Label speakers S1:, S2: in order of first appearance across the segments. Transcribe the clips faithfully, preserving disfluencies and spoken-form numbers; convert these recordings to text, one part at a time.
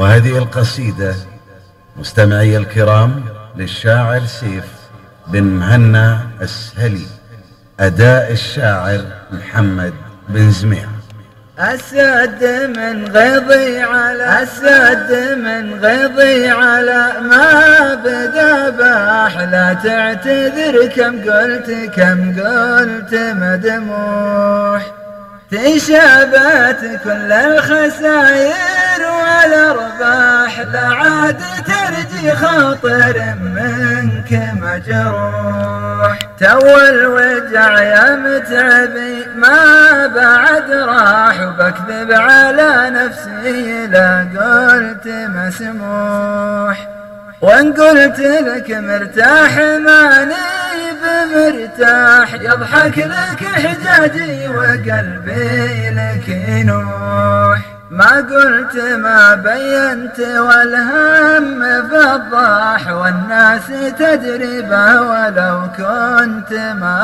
S1: وهذه القصيدة مستمعي الكرام للشاعر سيف بن مهنا السهلي، أداء الشاعر محمد بن زميع.
S2: أسد من غيظي على أسد من غيظي على ما بدا باح، لا تعتذر كم قلت كم قلت مدموح، تشابت كل الخسائر والأرباح، لا عاد ترجي خاطر منك مجروح، تو الوجع يا متعبي ما بعد راح، وبكذب على نفسي لا قلت مسموح، وان قلت لك مرتاح ماني بمرتاح، يضحك لك حجاجي وقلبي لك ينوح، ما قلت ما بينت والهم فضاح، والناس تدري به ولو كنت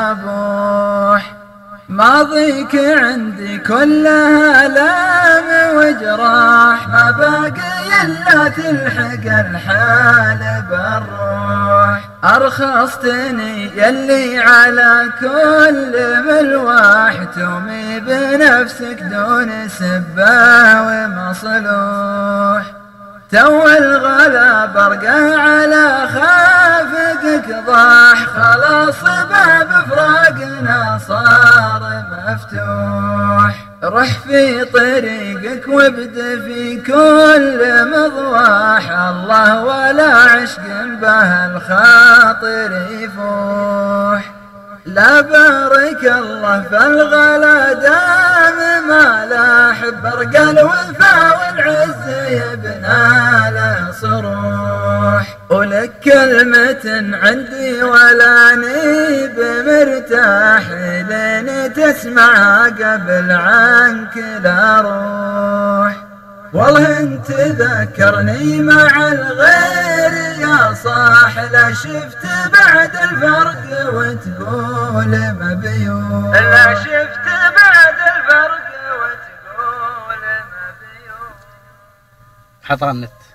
S2: مبوح، ماضيك عندي كلها آلام وجراح، ما باقي إلا تلحق الحال بالروح، أرخصتني يلي على كل ملواح، تومي بنفسك دون سبة ومصلوح، تو الغلا برقى على خافقك ضاح، خلاص باب فراقنا صار مفتوح، رح في طريقك وابد في كل مضواح، الله ولا عشق به الخاطر يفوح، لا بارك الله فالغلا دام ما لاح، برقى الوفا والعز يبنى له صروح، ولك كلمة عندي ولاني بمرتاح، لين تسمعها قبل عنك لا روح، والله انت ذكرني مع الغير يا صاح، لا شفت بعد الفرق وتقول مبيوح، لا شفت بعد الفرق وتقول مبيوح.
S3: حط على النت.